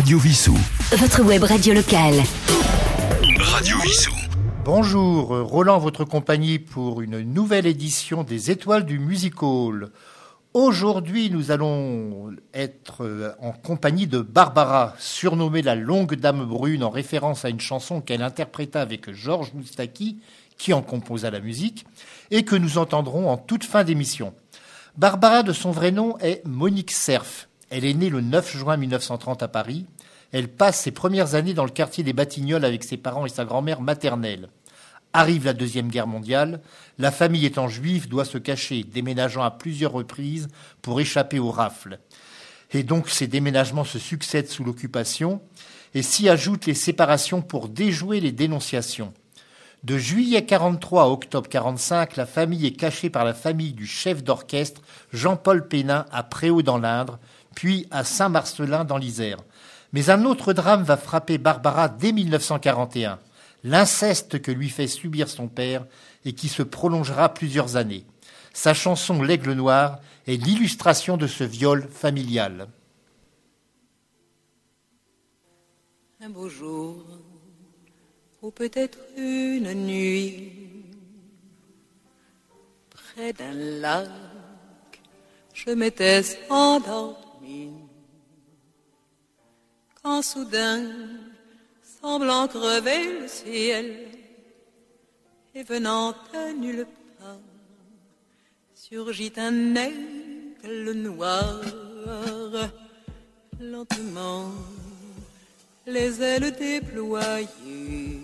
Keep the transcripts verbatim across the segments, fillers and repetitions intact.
Radio Vissou. Votre web radio locale. Radio Vissou. Bonjour, Roland, votre compagnie pour une nouvelle édition des Étoiles du Music Hall. Aujourd'hui, nous allons être en compagnie de Barbara, surnommée la Longue Dame Brune, en référence à une chanson qu'elle interpréta avec Georges Moustaki, qui en composa la musique, et que nous entendrons en toute fin d'émission. Barbara, de son vrai nom, est Monique Cerf. Elle est née le neuf juin mille neuf cent trente à Paris. Elle passe ses premières années dans le quartier des Batignolles avec ses parents et sa grand-mère maternelle. Arrive la Deuxième Guerre mondiale. La famille étant juive doit se cacher, déménageant à plusieurs reprises pour échapper aux rafles. Et donc ces déménagements se succèdent sous l'occupation et s'y ajoutent les séparations pour déjouer les dénonciations. De juillet quarante-trois à octobre quarante-cinq, la famille est cachée par la famille du chef d'orchestre Jean-Paul Pénin à Préaux dans l'Indre, puis à Saint-Marcellin dans l'Isère. Mais un autre drame va frapper Barbara dès mille neuf cent quarante et un, l'inceste que lui fait subir son père et qui se prolongera plusieurs années. Sa chanson « L'Aigle noir » est l'illustration de ce viol familial. Un beau jour, ou peut-être une nuit, près d'un lac, je m'étais endormi, quand soudain, semblant crever le ciel, et venant à nulle part, surgit un aigle noir, lentement, les ailes déployées.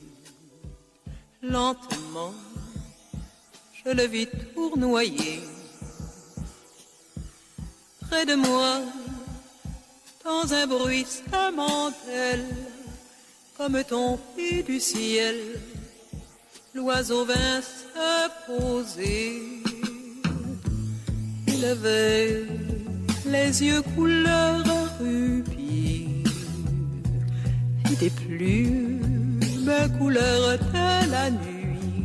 Lentement, je le vis tournoyer. Près de moi, dans un bruit mentel, comme tombé du ciel, l'oiseau vint se poser. Il avait les yeux couleur rubis et des plumes couleur de la nuit.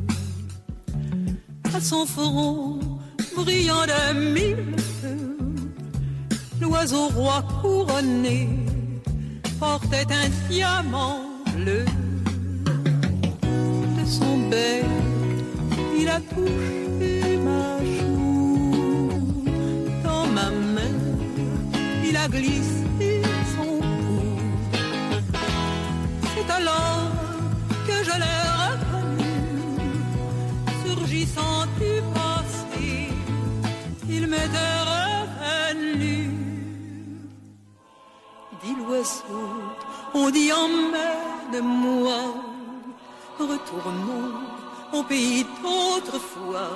À son front brillant de mille feux, l'oiseau roi couronné portait un diamant bleu. De son bec, il a touché ma joue. Dans ma main, il a glissé son cou. C'est alors que je l'ai reconnu, surgissant du passé, il m'était revenu. Dit l'oiseau, on dit emmène-moi, retournons au pays d'autrefois.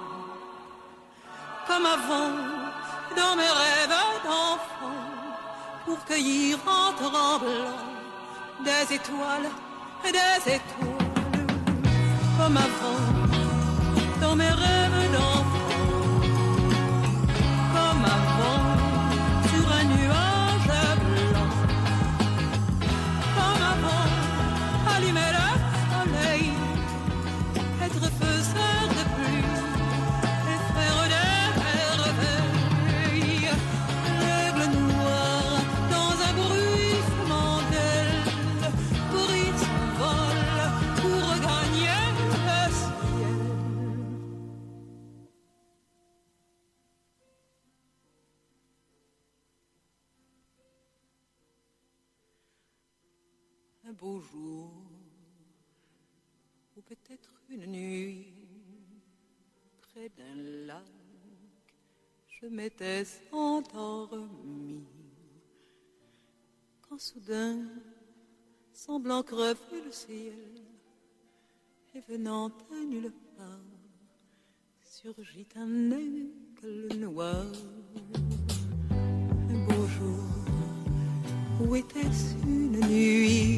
Comme avant, dans mes rêves d'enfant, pour cueillir en tremblant des étoiles, des étoiles. Comme avant, dans mes rêves d'enfant, comme avant, sur un nuage blanc. Comme avant, allumer le soleil, être faiseur de pluie et faire des merveilles. L'aigle noir dans un bruissement d'ailes brise son vol pour regagner le ciel. Un beau jour, ou peut-être une nuit, près d'un lac, je m'étais endormi, quand soudain, semblant crever le ciel, et venant à nulle part, surgit un aigle noir. Un beau jour, où était-ce une nuit,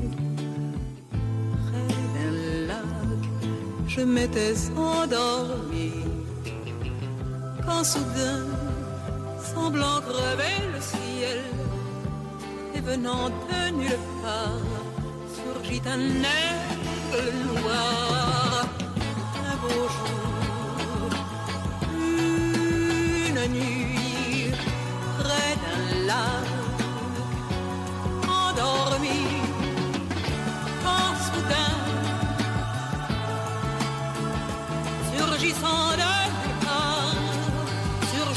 près d'un lac, je m'étais endormi, quand soudain, semblant crever le ciel, et venant de nulle part, surgit un aigle noir. Un beau jour, une nuit, près d'un lac,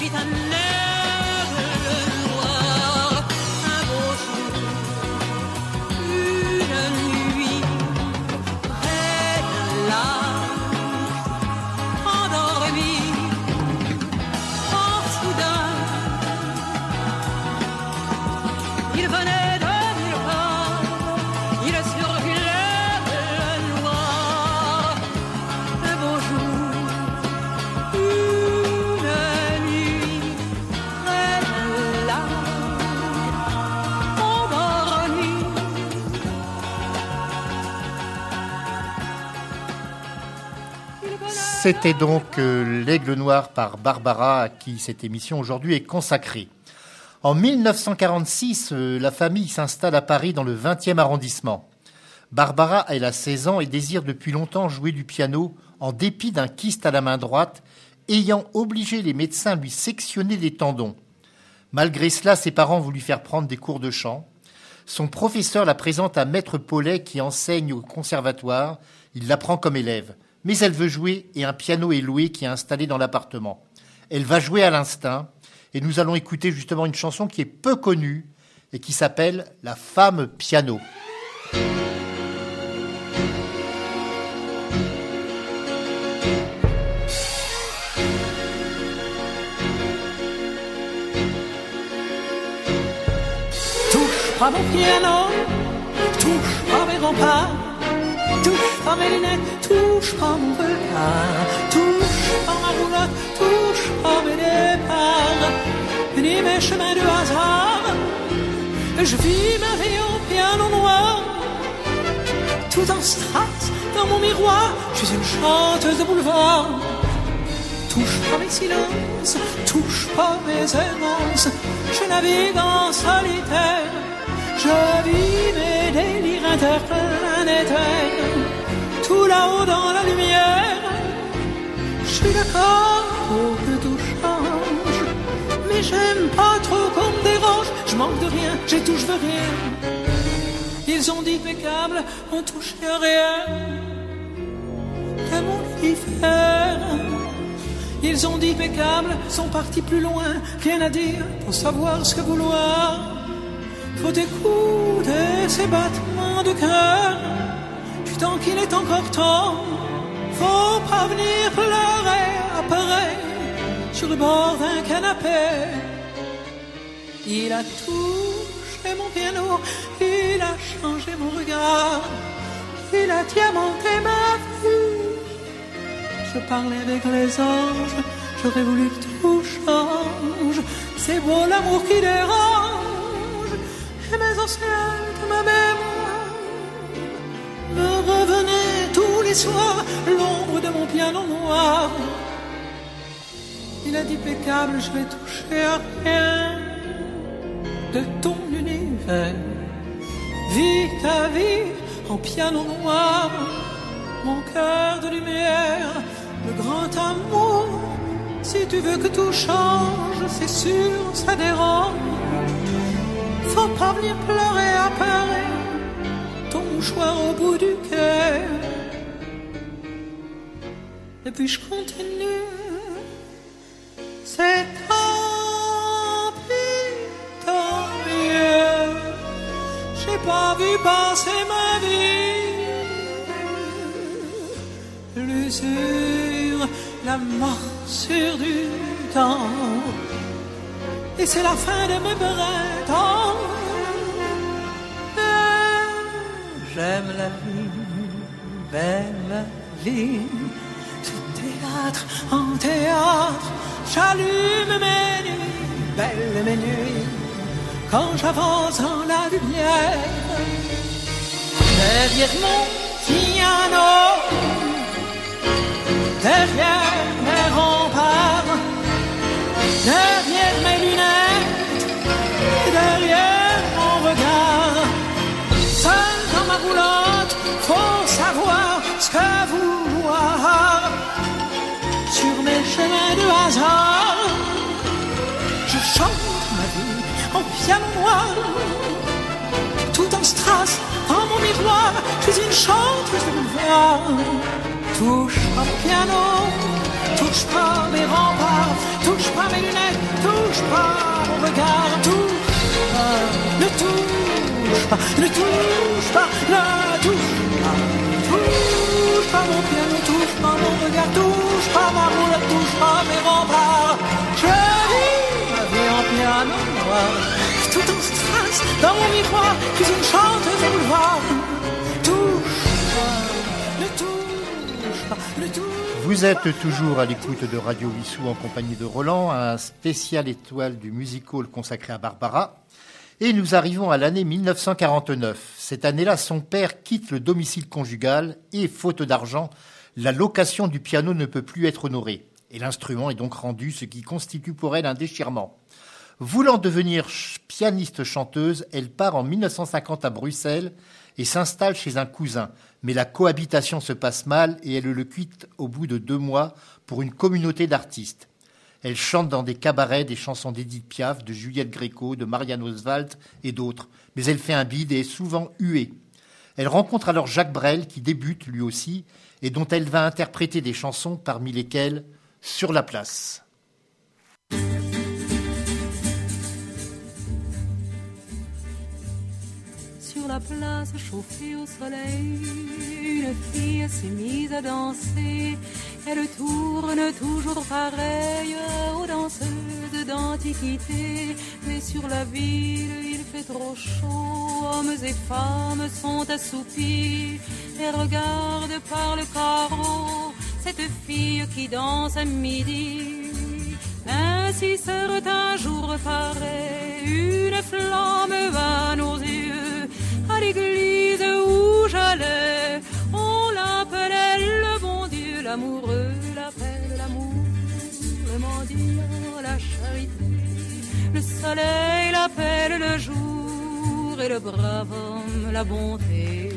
fit un aigle noir. Un beau jour, une nuit, près d'un lac, endormi, quand soudain, il venait de nulle part, il surgulait le noir. Un beau jour, une nuit, près d'un lac, endormi. C'était donc euh, L'Aigle Noir par Barbara, à qui cette émission aujourd'hui est consacrée. En mille neuf cent quarante-six, euh, la famille s'installe à Paris dans le vingtième arrondissement. Barbara, elle a seize ans et désire depuis longtemps jouer du piano en dépit d'un kyste à la main droite, ayant obligé les médecins à lui sectionner les tendons. Malgré cela, ses parents vont lui faire prendre des cours de chant. Son professeur la présente à Maître Paulet qui enseigne au conservatoire. Il la prend comme élève. Mais elle veut jouer et un piano est loué qui est installé dans l'appartement. Elle va jouer à l'instinct et nous allons écouter justement une chanson qui est peu connue et qui s'appelle « La femme piano ». Touche pas mon piano, touche pas mes remparts, touche pas mes lunettes, touche pas mon regard, touche pas ma roulotte, touche pas mes départs, ni mes chemins de hasard. Je vis ma vie au piano noir, tout en strass dans mon miroir. Je suis une chanteuse de boulevard. Touche pas mes silences, touche pas mes errances. Je navigue en solitaire, je vis mes délires interplanétaires. Tout là-haut dans la lumière, je suis d'accord pour que tout change, mais j'aime pas trop qu'on me dérange. Je manque de rien, j'ai tout, je veux rien. Ils ont dit impeccable, on touche à rien de mon hiver. Ils ont dit impeccable, sont partis plus loin. Rien à dire pour savoir ce que vouloir. Faut écouter ces battements de cœur. Tant qu'il est encore temps, faut pas venir pleurer après sur le bord d'un canapé. Il a touché mon piano, il a changé mon regard, il a diamanté ma vie. Je parlais avec les anges, j'aurais voulu que tout change. C'est beau l'amour qui dérange, et mes anciens de ma mémoire me revenait tous les soirs, l'ombre de mon piano noir. Il a dit impeccable, je vais toucher à rien de ton univers. Vis ta vie en piano noir, mon cœur de lumière, le grand amour. Si tu veux que tout change, c'est sûr, ça dérange. Faut pas venir pleurer à Paris, ton mouchoir au bout du quai. Et puis je continue, c'est tant pis, tant mieux. J'ai pas vu passer ma vie, l'usure, la morsure du temps. Et c'est la fin de mes printemps. J'aime la vie, belle la vie, de théâtre en théâtre. J'allume mes nuits, belles mes nuits, quand j'avance dans la lumière. Derrière mon piano, derrière mes remparts, derrière mes lunettes, derrière mon regard. Seul dans ma roulotte, faut savoir ce que vouloir. Sur mes chemins de hasard, je chante ma vie en piano noir. Tout en strass, dans mon miroir, je suis une chanteuse de boulevard. Touche pas mon piano, touche pas mes remparts, touche pas mes lunettes, touche pas mon regard, touche pas, ne touche pas, ne touche pas, ne touche pas, touche pas mon piano, touche pas mon regard, touche pas ma roue, touche pas mes remparts. Je vis ma vie en piano noir, tout en strass dans mon miroir, je suis une chanteuse au boulevard. Touche pas, ne touche pas, ne touche pas. Vous êtes toujours à l'écoute de Radio Wissou en compagnie de Roland, un spécial étoile du music-hall consacré à Barbara. Et nous arrivons à l'année mille neuf cent quarante-neuf. Cette année-là, son père quitte le domicile conjugal et, faute d'argent, la location du piano ne peut plus être honorée. Et l'instrument est donc rendu, ce qui constitue pour elle un déchirement. Voulant devenir pianiste-chanteuse, elle part en mille neuf cent cinquante à Bruxelles et s'installe chez un cousin. Mais la cohabitation se passe mal et elle le quitte au bout de deux mois pour une communauté d'artistes. Elle chante dans des cabarets des chansons d'Édith Piaf, de Juliette Gréco, de Marianne Oswald et d'autres. Mais elle fait un bide et est souvent huée. Elle rencontre alors Jacques Brel, qui débute lui aussi, et dont elle va interpréter des chansons, parmi lesquelles « Sur la place ». Sur la place chauffée au soleil, une fille s'est mise à danser. Elle tourne toujours pareille aux danseuses d'antiquité. Mais sur la ville, il fait trop chaud, hommes et femmes sont assoupis et regardent par le carreau cette fille qui danse à midi. Ainsi sort un jour paraît une flamme à nos yeux. À l'église où j'allais, on l'appelait le bon Dieu. L'amoureux l'appelle l'amour, le mendiant la charité. Le soleil l'appelle le jour et le brave homme la bonté.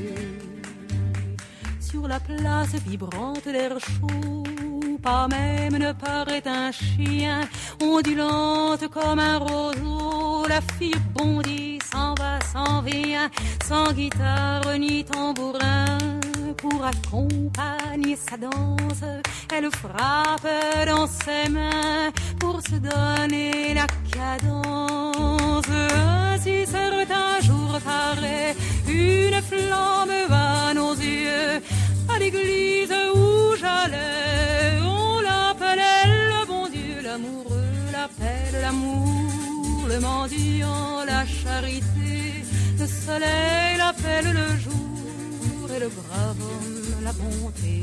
Sur la place vibrante d'air chaud, pas même ne paraît un chien, ondulante comme un roseau. La fille bondit, s'en va, s'en vient, sans guitare ni tambourin. Pour accompagner sa danse, elle frappe dans ses mains pour se donner la cadence. Ainsi sort un jour paraît une flamme à nos yeux. À l'église où j'allais, on l'appelait le bon Dieu. L'amoureux l'appelle l'amour, le mendiant la charité. Le soleil l'appelle le jour et le brave homme la bonté.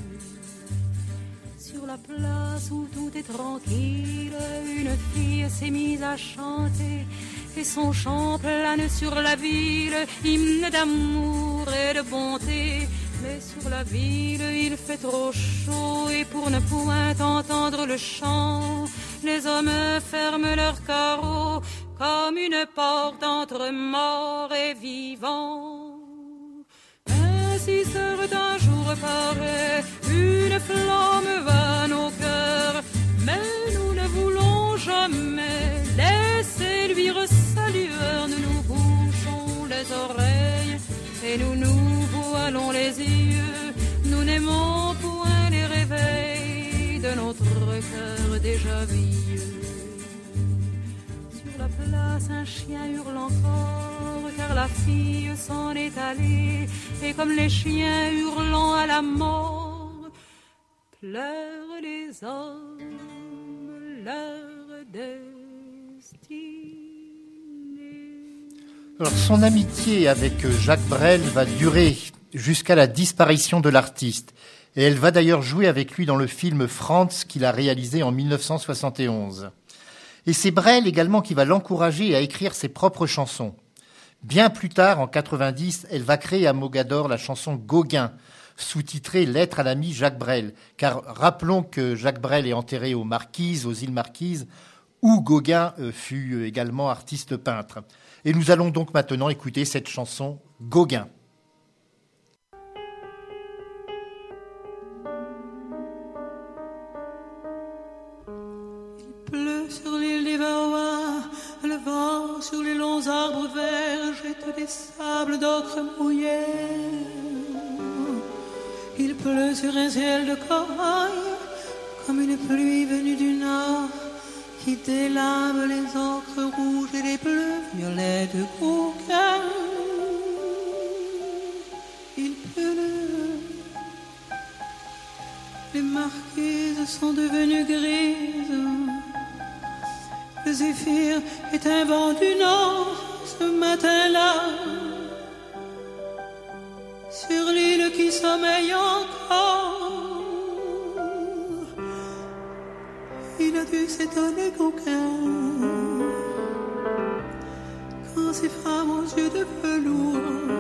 Sur la place où tout est tranquille, une fille s'est mise à chanter et son chant plane sur la ville, hymne d'amour et de bonté. Mais sur la ville il fait trop chaud et pour ne point entendre le chant, les hommes ferment leurs carreaux comme une porte entre mort et vivant. Ainsi sort un jour paraît une flamme à nos cœurs, mais nous ne voulons jamais laisser luire sa lueur. Nous nous bouchons les oreilles et nous nous voilons les yeux. Nous n'aimons point les réveils de notre cœur déjà vieux. Sur la place un chien hurle encore, car la fille s'en est allée. Et comme les chiens hurlant à la mort, pleurent les hommes leur destinée. Alors, son amitié avec Jacques Brel va durer jusqu'à la disparition de l'artiste. Et elle va d'ailleurs jouer avec lui dans le film Franz qu'il a réalisé en mille neuf cent soixante et onze. Et c'est Brel également qui va l'encourager à écrire ses propres chansons. Bien plus tard, en quatre-vingt-dix, elle va créer à Mogador la chanson Gauguin, sous-titrée Lettre à l'ami Jacques Brel. Car rappelons que Jacques Brel est enterré aux Marquises, aux îles Marquises, où Gauguin fut également artiste peintre. Et nous allons donc maintenant écouter cette chanson Gauguin. Il pleut sur l'île des Varois, le vent sur les longs arbres verts jette des sables d'ocre mouillés. Il pleut sur un ciel de corail comme une pluie venue du nord qui délame les encres rouges et les bleus violets de Gauguin. Il pleut, les marquises sont devenues grises. Le zéphyr est un vent du nord ce matin-là. Sur l'île qui sommeille encore, il a dû s'étonner Gauguin quand ses femmes aux yeux de velours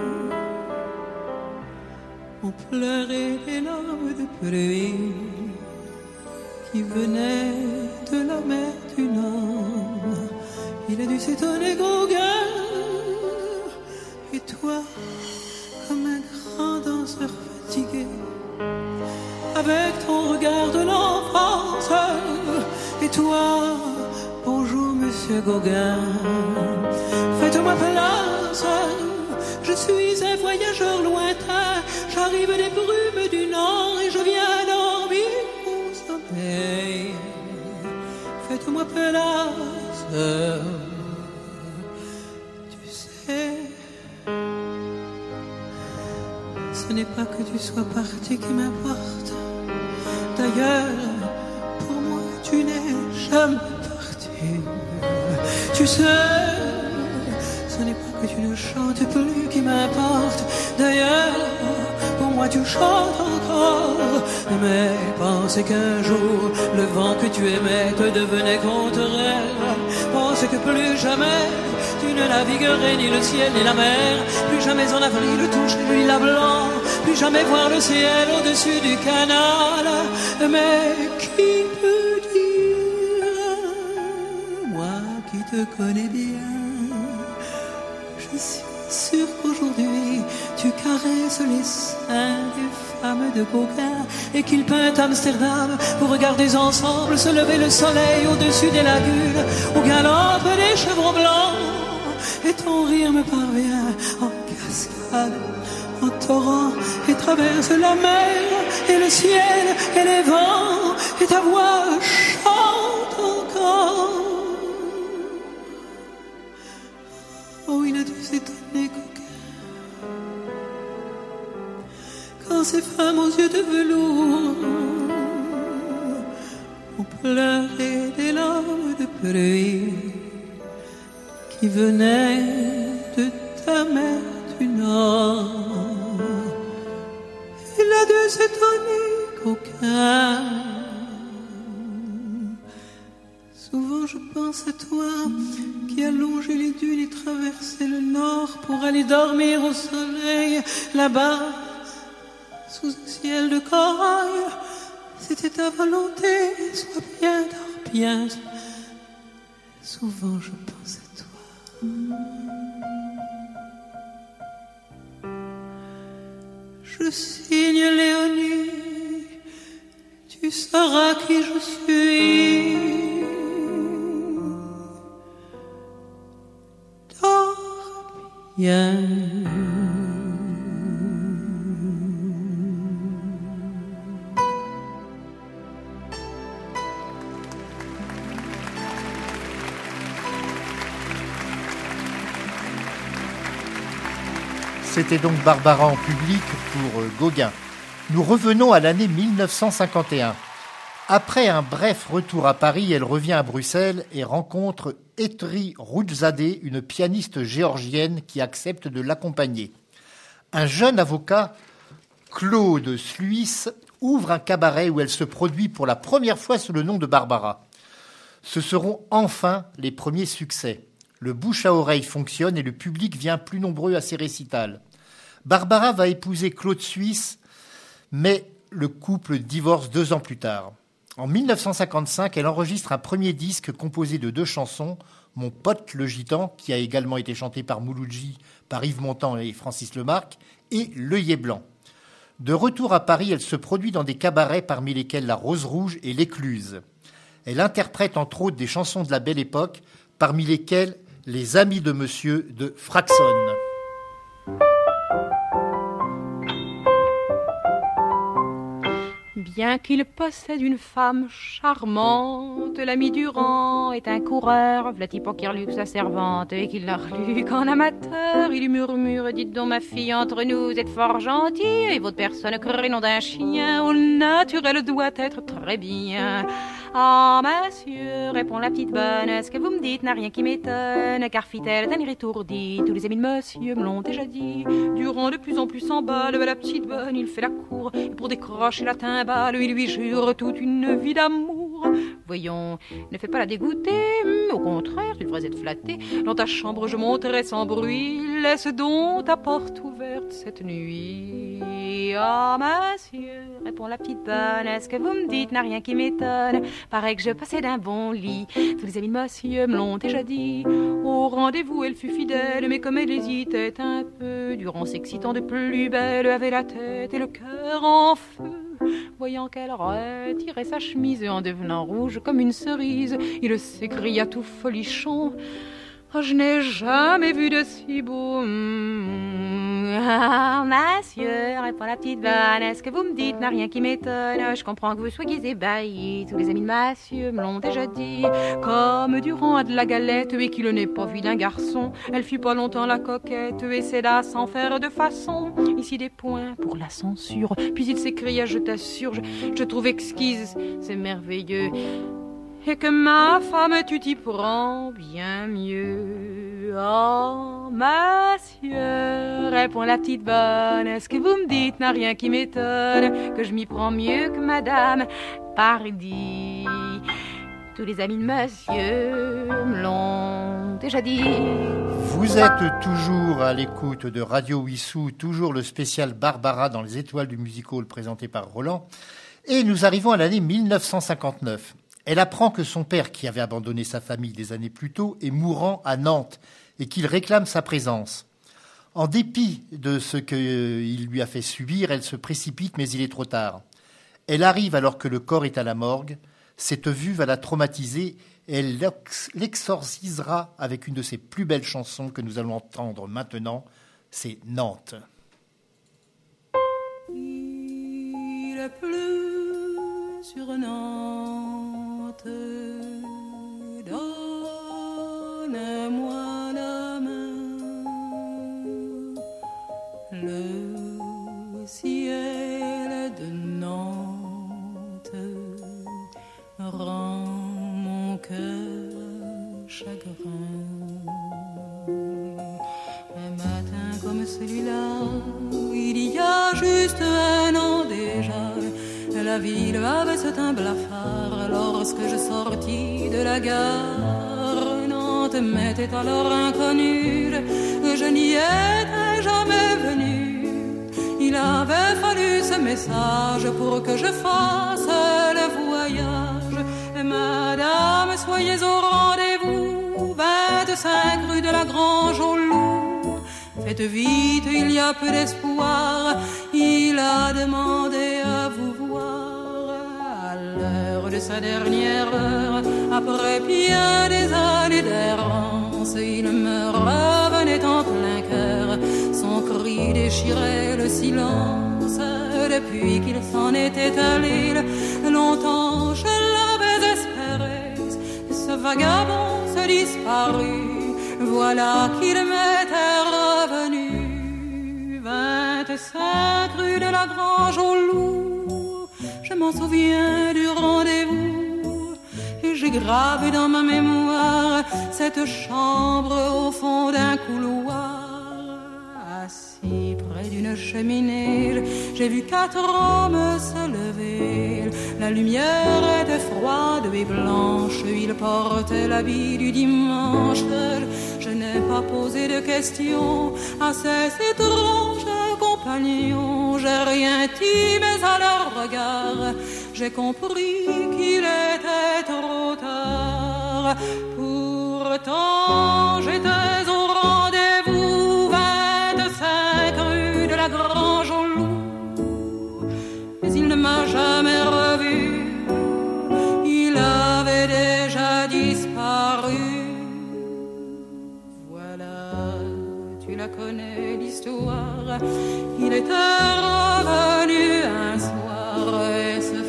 ont pleuré des larmes de pluie qui venaient de la mer du Nord. Il a dû s'étonner Gauguin. Et toi, comme un grand danseur fatigué, avec ton regard de l'enfance. Et toi, bonjour monsieur Gauguin, faites-moi place. Je suis un voyageur lointain, j'arrive des brumes du Nord et je viens dormir au sommeil. Faites-moi place. Tu sais, ce n'est pas que tu sois parti qui m'importe. D'ailleurs, pour moi, tu n'es jamais parti. Tu sais, ce n'est pas que tu ne chantes plus qui m'importe. D'ailleurs, pour moi, tu chantes encore. Mais pensez qu'un jour, le vent que tu aimais te devenait contraire. Pensez que plus jamais, tu ne naviguerais ni le ciel ni la mer. Plus jamais en avril toucher le lilas blanc. Plus jamais voir le ciel au-dessus du canal. Mais qui peut dire, moi qui te connais bien, je suis sûr qu'aujourd'hui tu caresses les seins des femmes de Gauguin et qu'ils peintent Amsterdam. Vous regardez ensemble se lever le soleil au-dessus des lagunes où galopent les chevrons blancs. Et ton rire me parvient en cascade, en torrent, et traverse la mer et le ciel et les vents, et ta voix chante encore. Oh, il a dû s'étonner Gauguin quand ces femmes aux yeux de velours ont pleuré des larmes de pluie qui venaient de ta mer du Nord. Il a dû s'étonner Gauguin. Souvent je pense à toi qui a longé les dunes et traversé le nord pour aller dormir au soleil là-bas sous un ciel de corail. C'était ta volonté, sois bien, dors bien. Souvent je pense à toi. Je signe Léonie, tu sauras qui je suis. Dors bien. C'était donc Barbara en public pour Gauguin. Nous revenons à l'année mille neuf cent cinquante et un. Après un bref retour à Paris, elle revient à Bruxelles et rencontre Etri Roudzadeh, une pianiste géorgienne qui accepte de l'accompagner. Un jeune avocat, Claude Sluis, ouvre un cabaret où elle se produit pour la première fois sous le nom de Barbara. Ce seront enfin les premiers succès. Le bouche à oreille fonctionne et le public vient plus nombreux à ses récitals. Barbara va épouser Claude Suisse, mais le couple divorce deux ans plus tard. En mille neuf cent cinquante-cinq, elle enregistre un premier disque composé de deux chansons, Mon pote le gitan, qui a également été chanté par Mouloudji, par Yves Montand et Francis Lemarque, et L'œillet blanc. De retour à Paris, elle se produit dans des cabarets parmi lesquels La Rose Rouge et L'Écluse. Elle interprète entre autres des chansons de la Belle Époque, parmi lesquelles Les Amis de Monsieur de Fraxon. bien qu'il possède une femme charmante. L'ami Durand est un coureur, Vlati Pokirluk sa servante, et qu'il l'a relu qu'en amateur. Il lui murmure, dites donc ma fille, entre nous, vous êtes fort gentille, et votre personne crée nom d'un chien, au naturel doit être très bien. Ah, monsieur, répond la petite bonne, ce que vous me dites n'a rien qui m'étonne, car fit-elle d'un air étourdi, tous les amis de monsieur me l'ont déjà dit. Durand de plus en plus s'emballe, la petite bonne, il fait la cour, et pour décrocher la timbale, il lui jure toute une vie d'amour. Voyons, ne fais pas la dégoûter, au contraire, tu devrais être flatté. Dans ta chambre je monterai sans bruit, laisse donc ta porte ouverte cette nuit. Ah, monsieur, répond la petite bonne, ce que vous me dites n'a rien qui m'étonne, paraît que je passais d'un bon lit, tous les amis de monsieur me l'ont déjà dit. Au rendez-vous elle fut fidèle, mais comme elle hésitait un peu, Durand s'excitant de plus belle, avait la tête et le cœur en feu. Voyant qu'elle retirait sa chemise en devenant rouge comme une cerise, il s'écria tout folichon, oh, je n'ai jamais vu de si beau. Ah, monsieur, répond la petite bonne, ce que vous me dites n'a rien qui m'étonne. Je comprends que vous soyez ébahis, tous les amis de monsieur me l'ont déjà dit. Comme Durand a de la galette et qu'il n'est pas vu d'un garçon, elle fut pas longtemps la coquette et céda sans faire de façon. Ici des points pour la censure, puis il s'écria, je t'assure, je, je trouve exquise, c'est merveilleux, et que ma femme tu t'y prends bien mieux. Oh, monsieur, répond la petite bonne, ce que vous me dites n'a rien qui m'étonne, que je m'y prends mieux que madame, pardi. Tous les amis de monsieur me l'ont déjà dit. Vous êtes toujours à l'écoute de Radio Wissou, toujours le spécial Barbara dans les étoiles du music-hall présenté par Roland. Et nous arrivons à l'année mille neuf cent cinquante-neuf. Elle apprend que son père, qui avait abandonné sa famille des années plus tôt, est mourant à Nantes et qu'il réclame sa présence. En dépit de ce qu'il lui a fait subir, elle se précipite, mais il est trop tard. Elle arrive alors que le corps est à la morgue. Cette vue va la traumatiser et elle l'exorcisera avec une de ses plus belles chansons que nous allons entendre maintenant, c'est Nantes. Il pleut sur Nantes, donne-moi la main, le ciel de Nantes rend mon cœur chagrin. Un matin comme celui-là, il y a juste un an déjà, la ville avait ce teint blafard. Lorsque je sortis de la gare, Nantes m'était alors inconnue, je n'y étais jamais venue. Il avait fallu ce message pour que je fasse le voyage. Madame, soyez au rendez-vous, vingt-cinq rue de la Grange au Loup. Faites vite, il y a peu d'espoir, il a demandé à vous voir. À l'heure de sa dernière heure, après bien des années d'errance, il me revenait en plein cœur, son cri déchirait le silence. Depuis qu'il s'en était allé, longtemps je l'avais espéré, ce vagabond se disparut, voilà qu'il m'était revenu. Vingt-cinq rue de la Grange au Loup, je m'en souviens du rendez-vous, et j'ai gravé dans ma mémoire cette chambre au fond d'un couloir. Assis près d'une cheminée, j'ai vu quatre hommes se lever. La lumière était froide et blanche, ils portaient l'habit du dimanche. Je n'ai pas posé de questions à ces étranges compagnons. J'ai rien dit, mais à leur regard, j'ai compris qu'il était trop tard. Pourtant, j'étais au rendez-vous, vingt-cinq rue de la Grange au Loup. Mais il ne m'a jamais revu, il avait déjà disparu. Voilà, tu la connais l'histoire. Il était revenu un soir et se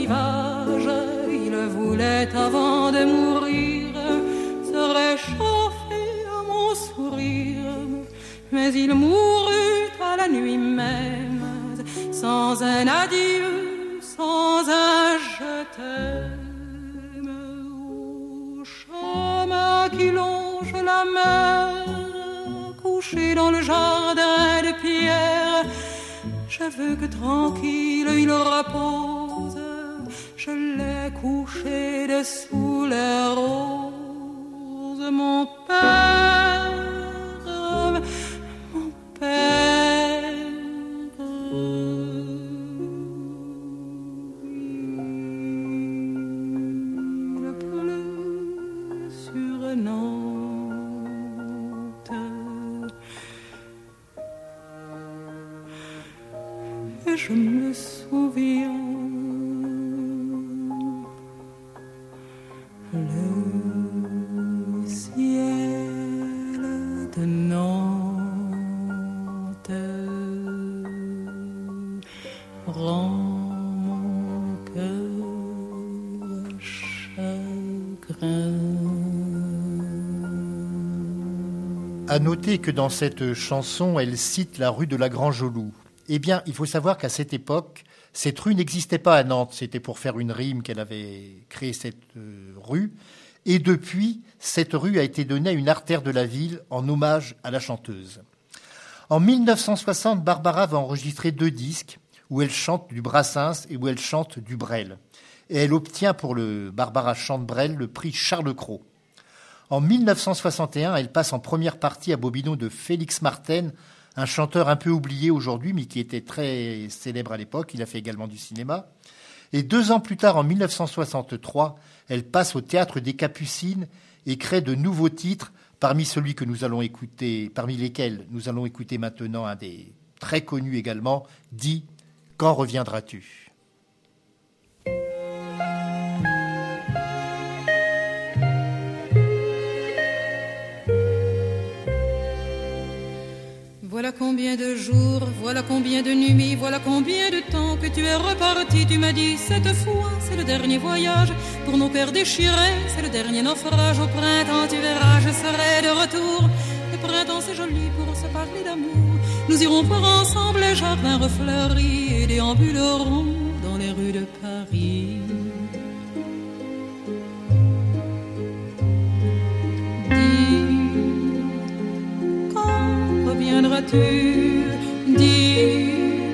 rivage. Il voulait avant de mourir se réchauffer à mon sourire, mais il mourut à la nuit même, sans un adieu, sans un je t'aime. Au chemin qui longe la mer, couché dans le jardin de pierre, je veux que tranquille il repose. Je l'ai couché dessous les roses. Mon père, mon père, il pleut sur Nantes. Et je me souviens le ciel de Nantes rend mon cœur chagrin. À noter que dans cette chanson, elle cite la rue de la Grange-au-Loup. Eh bien, il faut savoir qu'à cette époque, cette rue n'existait pas à Nantes. C'était pour faire une rime qu'elle avait créé cette euh, rue. Et depuis, cette rue a été donnée à une artère de la ville en hommage à la chanteuse. En mille neuf cent soixante, Barbara va enregistrer deux disques où elle chante du Brassens et où elle chante du Brel. Et elle obtient pour le Barbara chante Brel le prix Charles Cros. En mille neuf cent soixante et un, elle passe en première partie à Bobino de Félix Marten, un chanteur un peu oublié aujourd'hui, mais qui était très célèbre à l'époque. Il a fait également du cinéma. Et deux ans plus tard, en mille neuf cent soixante-trois, elle passe au Théâtre des Capucines et crée de nouveaux titres, parmi celui que nous allons écouter, parmi lesquels nous allons écouter maintenant un des très connus également, dit « Quand reviendras-tu » ? Voilà combien de jours, voilà combien de nuits, voilà combien de temps que tu es reparti. Tu m'as dit cette fois, c'est le dernier voyage pour nos cœurs déchirés, c'est le dernier naufrage. Au printemps, tu verras, je serai de retour. Le printemps, c'est joli pour se parler d'amour. Nous irons voir ensemble les jardins refleuris et déambulerons dans les rues de Paris. Reviendras-tu, dis,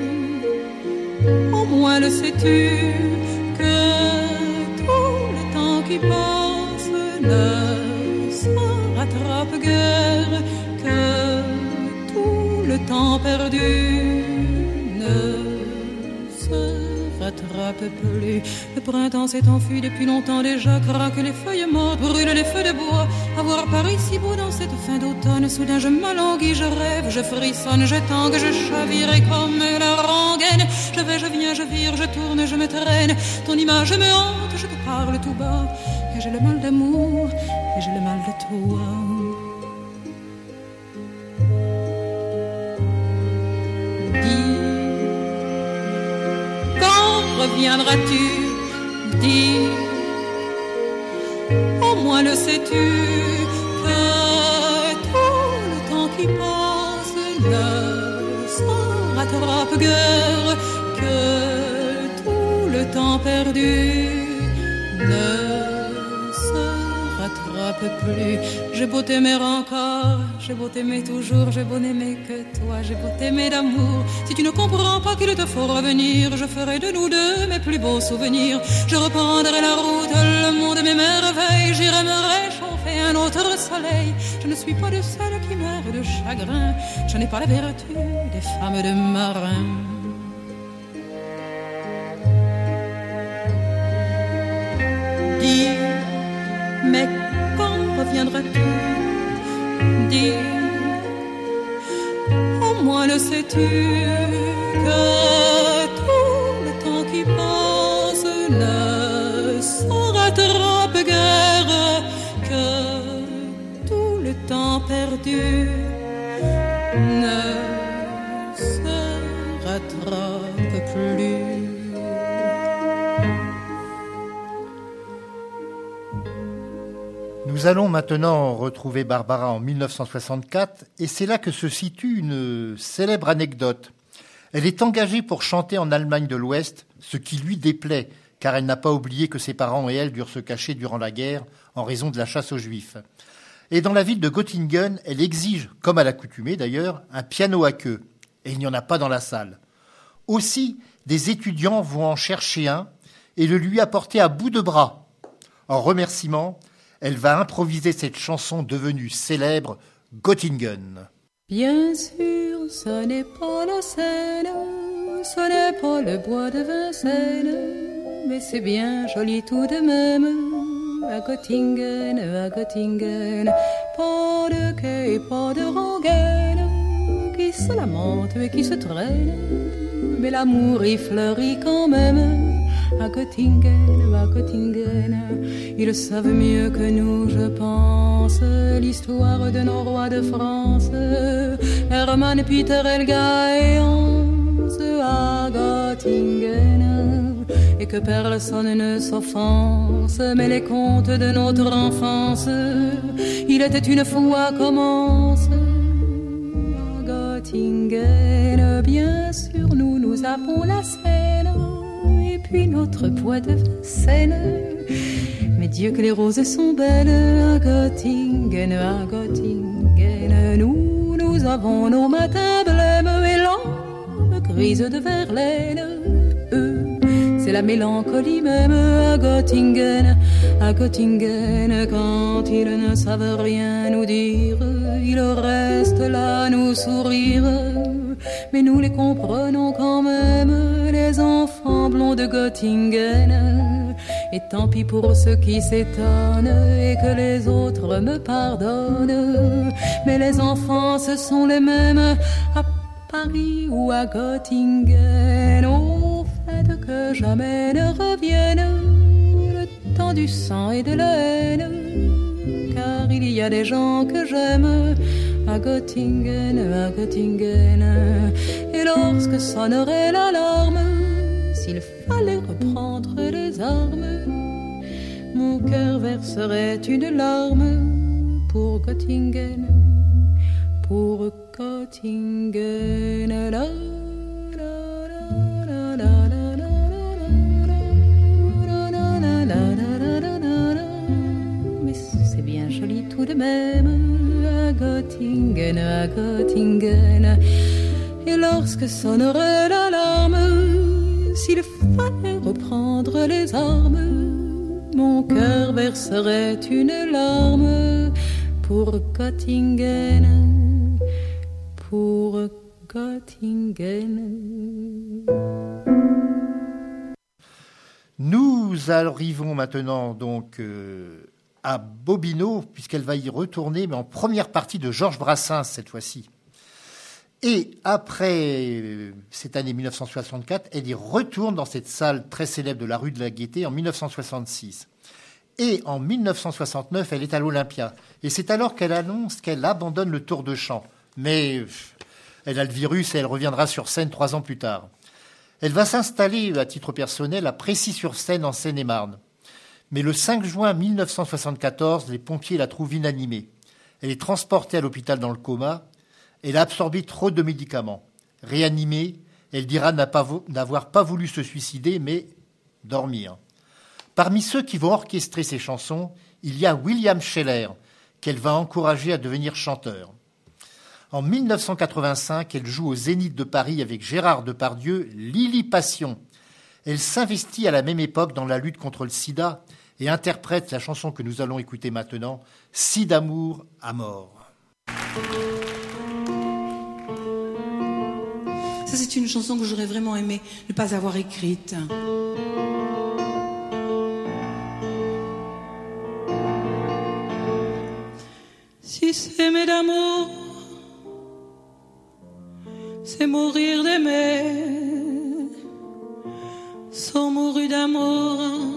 au moins le sais-tu, que tout le temps qui passe ne se rattrape guère, que tout le temps perdu ne se rattrape plus. Le printemps s'est enfui depuis longtemps déjà, craquent les feuilles mortes, brûlent les feux de bois. À voir Paris si beau dans cette fin d'automne, soudain je m'alanguis, je rêve, je frissonne, je tangue, je chavire et comme la rengaine. Je vais, je viens, je vire, je tourne, je me traîne. Ton image me hante, je te parle tout bas. Et j'ai le mal d'amour, et j'ai le mal de toi. Reviendras-tu, dis, au moins le sais-tu, que tout le temps qui passe ne se rattrape guère, que tout le temps perdu ne se rattrape plus. J'ai beau t'aimer encore, j'ai beau t'aimer toujours, j'ai beau n'aimer que toi, j'ai beau t'aimer d'amour. Si tu ne comprends pas qu'il te faut revenir, je ferai de nous deux mes plus beaux souvenirs. Je reprendrai la route, le monde mes merveilles, j'irai me réchauffer un autre soleil. Je ne suis pas de celles qui meurent de chagrin, je n'ai pas la vertu des femmes de marins. Dis, mais quand reviendras-tu? Dis, au moins le sais-tu, que tout le temps qui passe ne se rattrape guère, que tout le temps perdu ne se rattrape plus. Nous allons maintenant retrouver Barbara en mille neuf cent soixante-quatre et c'est là que se situe une célèbre anecdote. Elle est engagée pour chanter en Allemagne de l'Ouest, ce qui lui déplaît, car elle n'a pas oublié que ses parents et elle durent se cacher durant la guerre en raison de la chasse aux Juifs. Et dans la ville de Göttingen, elle exige, comme à l'accoutumée d'ailleurs, un piano à queue. Et il n'y en a pas dans la salle. Aussi, des étudiants vont en chercher un et le lui apporter à bout de bras. En remerciement, elle va improviser cette chanson devenue célèbre, Göttingen. Bien sûr, ce n'est pas la Seine, ce n'est pas le bois de Vincennes, mais c'est bien joli tout de même, à Göttingen, à Göttingen. Pas de quai et pas de rengaine, qui se lamentent et qui se traînent, mais l'amour y fleurit quand même. À Göttingen, à Göttingen, ils savent mieux que nous, je pense, l'histoire de nos rois de France, Hermann, Peter, Helga et Hans, à Göttingen, et que personne ne s'offense, mais les contes de notre enfance, il était une fois commence, à Göttingen, bien sûr, nous, nous avons la Seine, puis notre bois de Vincennes. Mais Dieu que les roses sont belles à Göttingen, à Göttingen. Nous, nous avons nos matins blêmes et l'âme grise de Verlaine. Eux, c'est la mélancolie même à Göttingen, à Göttingen. Quand ils ne savent rien nous dire, ils restent là à nous sourire. Mais nous les comprenons quand même, les enfants blonds de Göttingen. Et tant pis pour ceux qui s'étonnent et que les autres me pardonnent. Mais les enfants, ce sont les mêmes à Paris ou à Göttingen. Au fait que jamais ne revienne le temps du sang et de la haine. Car il y a des gens que j'aime à Göttingen, à Göttingen. Et lorsque sonnerait l'alarme, s'il fallait reprendre les armes, mon cœur verserait une larme pour Göttingen, pour Göttingen. La, la, la, la, la, la. Mais c'est bien joli tout de même à Göttingen, à Göttingen. Et lorsque sonnerait l'alarme, s'il fallait reprendre les armes, mon cœur verserait une larme pour Göttingen, pour Göttingen. Nous arrivons maintenant donc euh, à Bobino, puisqu'elle va y retourner, mais en première partie de Georges Brassens cette fois-ci. Et après cette année mille neuf cent soixante-quatre, elle y retourne dans cette salle très célèbre de la rue de la Gaîté en mille neuf cent soixante-six. Et en mille neuf cent soixante-neuf, elle est à l'Olympia. Et c'est alors qu'elle annonce qu'elle abandonne le tour de chant. Mais elle a le virus et elle reviendra sur scène trois ans plus tard. Elle va s'installer à titre personnel à Précy-sur-Seine en Seine-et-Marne. Mais le cinq juin mille neuf cent soixante-quatorze, les pompiers la trouvent inanimée. Elle est transportée à l'hôpital dans le coma. Elle a absorbé trop de médicaments. Réanimée, elle dira n'avoir pas voulu se suicider, mais dormir. Parmi ceux qui vont orchestrer ses chansons, il y a William Scheller, qu'elle va encourager à devenir chanteur. En mille neuf cent quatre-vingt-cinq, elle joue au Zénith de Paris avec Gérard Depardieu, Lily Passion. Elle s'investit à la même époque dans la lutte contre le sida et interprète la chanson que nous allons écouter maintenant, Si d'amour à mort. Ça, c'est une chanson que j'aurais vraiment aimé ne pas avoir écrite. Si s'aimer d'amour, c'est mourir d'aimer, sans mourir d'amour,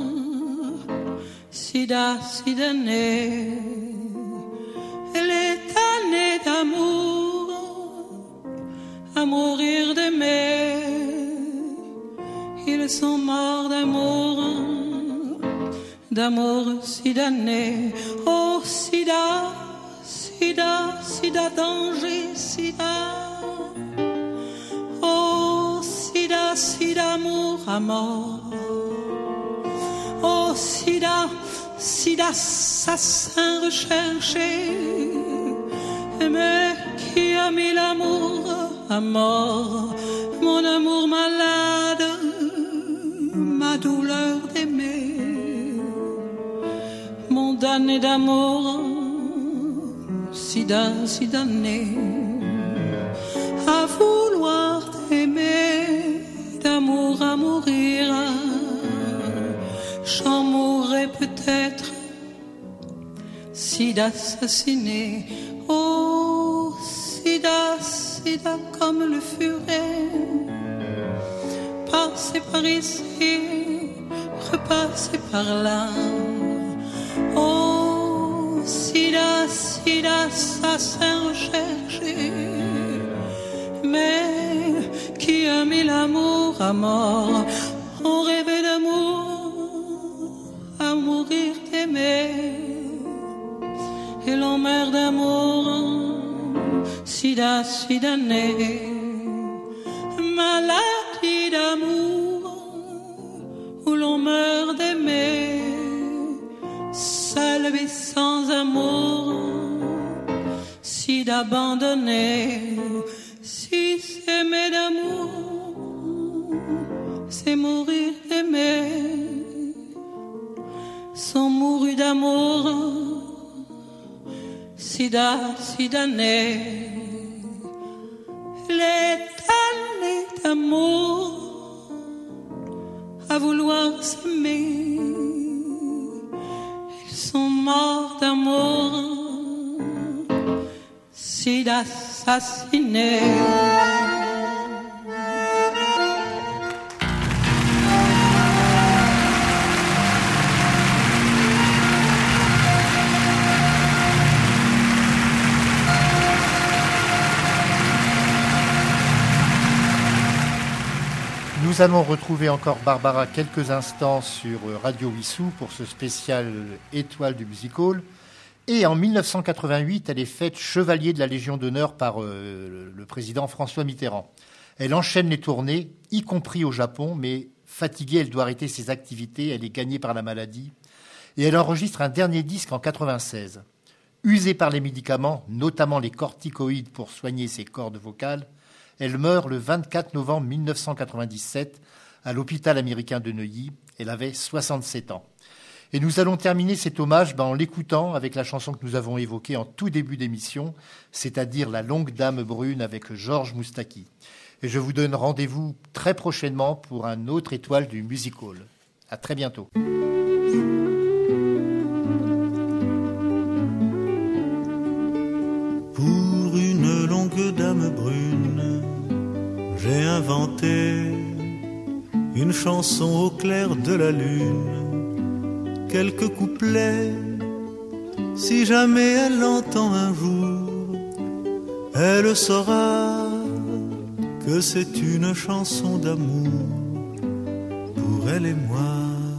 sida, sida né, elle est tannée d'amour, à mourir d'aimer, ils sont morts d'amour, d'amour si damné. Oh, sida, sida, sida, danger, sida. Oh, sida, sida, amour à mort. Oh, sida, sida, assassin recherché. Mais qui a mis l'amour à mort? Mon amour malade, ma douleur d'aimer, mon damné d'amour, sida, si damné, à vouloir t'aimer, d'amour à mourir. J'en mourrai peut-être si d'assassiner. Oh, sida, sida comme le furet. Passez par ici, repassez par là. Oh, sida, sida, assassin recherché. Mais qui a mis l'amour à mort? On rêvait d'amour, à mourir d'aimer. Et l'on meurt d'amour, sida, sida né. Maladie d'amour, où l'on meurt d'aimer. Seul et sans amour, si d'abandonner. Si s'aimer d'amour, c'est mourir d'aimer. Sont mourus d'amour, sida, sida né. Les damnés d'amour à vouloir s'aimer, ils sont morts d'amour, si d'assassinés. Nous allons retrouver encore Barbara quelques instants sur Radio Wissou pour ce spécial Étoile du Music Hall. Et en dix-neuf cent quatre-vingt-huit, elle est faite chevalier de la Légion d'honneur par euh, le président François Mitterrand. Elle enchaîne les tournées, y compris au Japon, mais fatiguée, elle doit arrêter ses activités, elle est gagnée par la maladie. Et elle enregistre un dernier disque en quatre-vingt-seize. Usée par les médicaments, notamment les corticoïdes pour soigner ses cordes vocales, elle meurt le vingt-quatre novembre mille neuf cent quatre-vingt-dix-sept à l'hôpital américain de Neuilly. Elle avait soixante-sept ans. Et nous allons terminer cet hommage ben, en l'écoutant avec la chanson que nous avons évoquée en tout début d'émission, c'est-à-dire La Longue Dame Brune avec Georges Moustaki. Et je vous donne rendez-vous très prochainement pour un autre Étoile du Music Hall. À très bientôt. Pour une longue dame brune, j'ai inventé une chanson au clair de la lune, quelques couplets, si jamais elle l'entend un jour, elle saura que c'est une chanson d'amour pour elle et moi.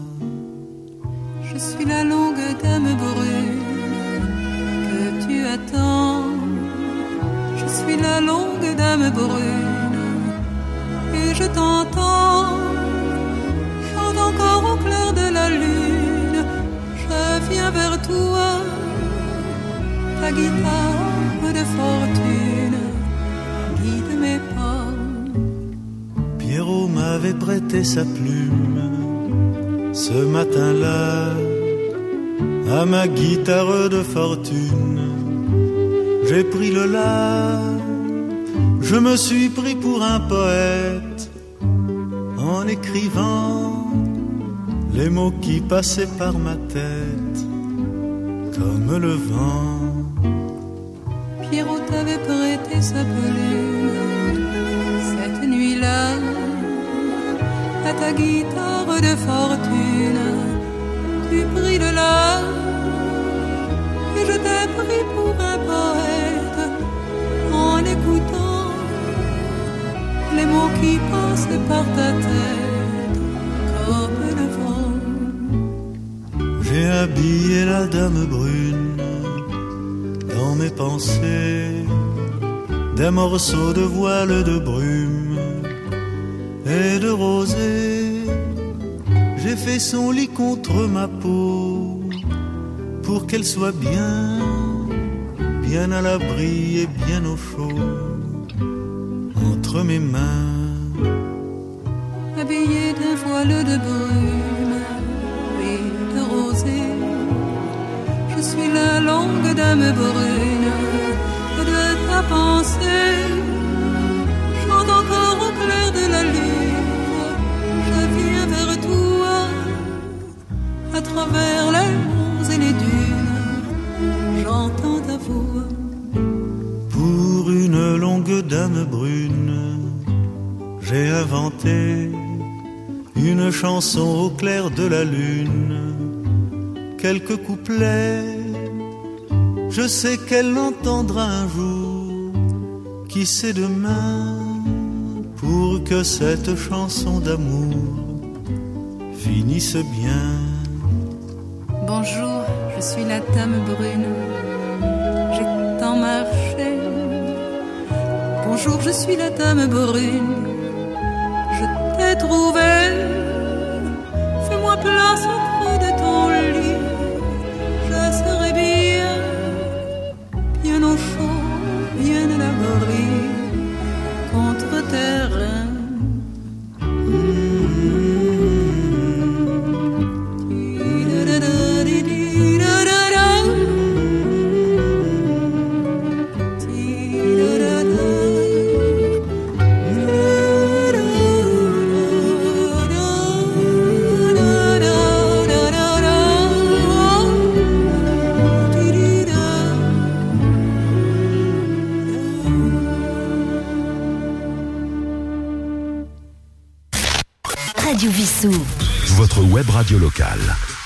Je suis la longue dame brune que tu attends. Je suis la longue dame brune et je t'entends. Chante encore au clair de la lune. Je viens vers toi, ta guitare de fortune guide mes pas. Pierrot m'avait prêté sa plume ce matin-là à ma guitare de fortune. J'ai pris le la, je me suis pris pour un poète en écrivant les mots qui passaient par ma tête comme le vent. Pierrot t'avait prêté sa plume cette nuit-là à ta guitare de fortune. Tu pris le la et je t'ai pris pour un poète en écoutant les mots qui passent par ta tête comme le vent. habillé la dame brune dans mes pensées, des morceaux de voile de brume et de rosée. J'ai fait son lit contre ma peau pour qu'elle soit bien, bien à l'abri et bien au chaud entre mes mains. Habillé d'un voile de brume et de rosée, je suis la longue dame brune de ta pensée. Chante encore au clair de la lune, je viens vers toi, à travers les monts et les dunes, j'entends ta voix. Pour une longue dame brune, j'ai inventé une chanson au clair de la lune, quelques couplets, je sais qu'elle l'entendra un jour, qui sait demain, pour que cette chanson d'amour finisse bien. Bonjour, je suis la dame brune, j'ai tant marché. Bonjour, je suis la dame brune, je t'ai trouvé. Fais-moi place au creux de ton lit, je serai bien, bien au chaud, bien à l'abri contre tes reins. Radio Vissou. Votre web radio locale.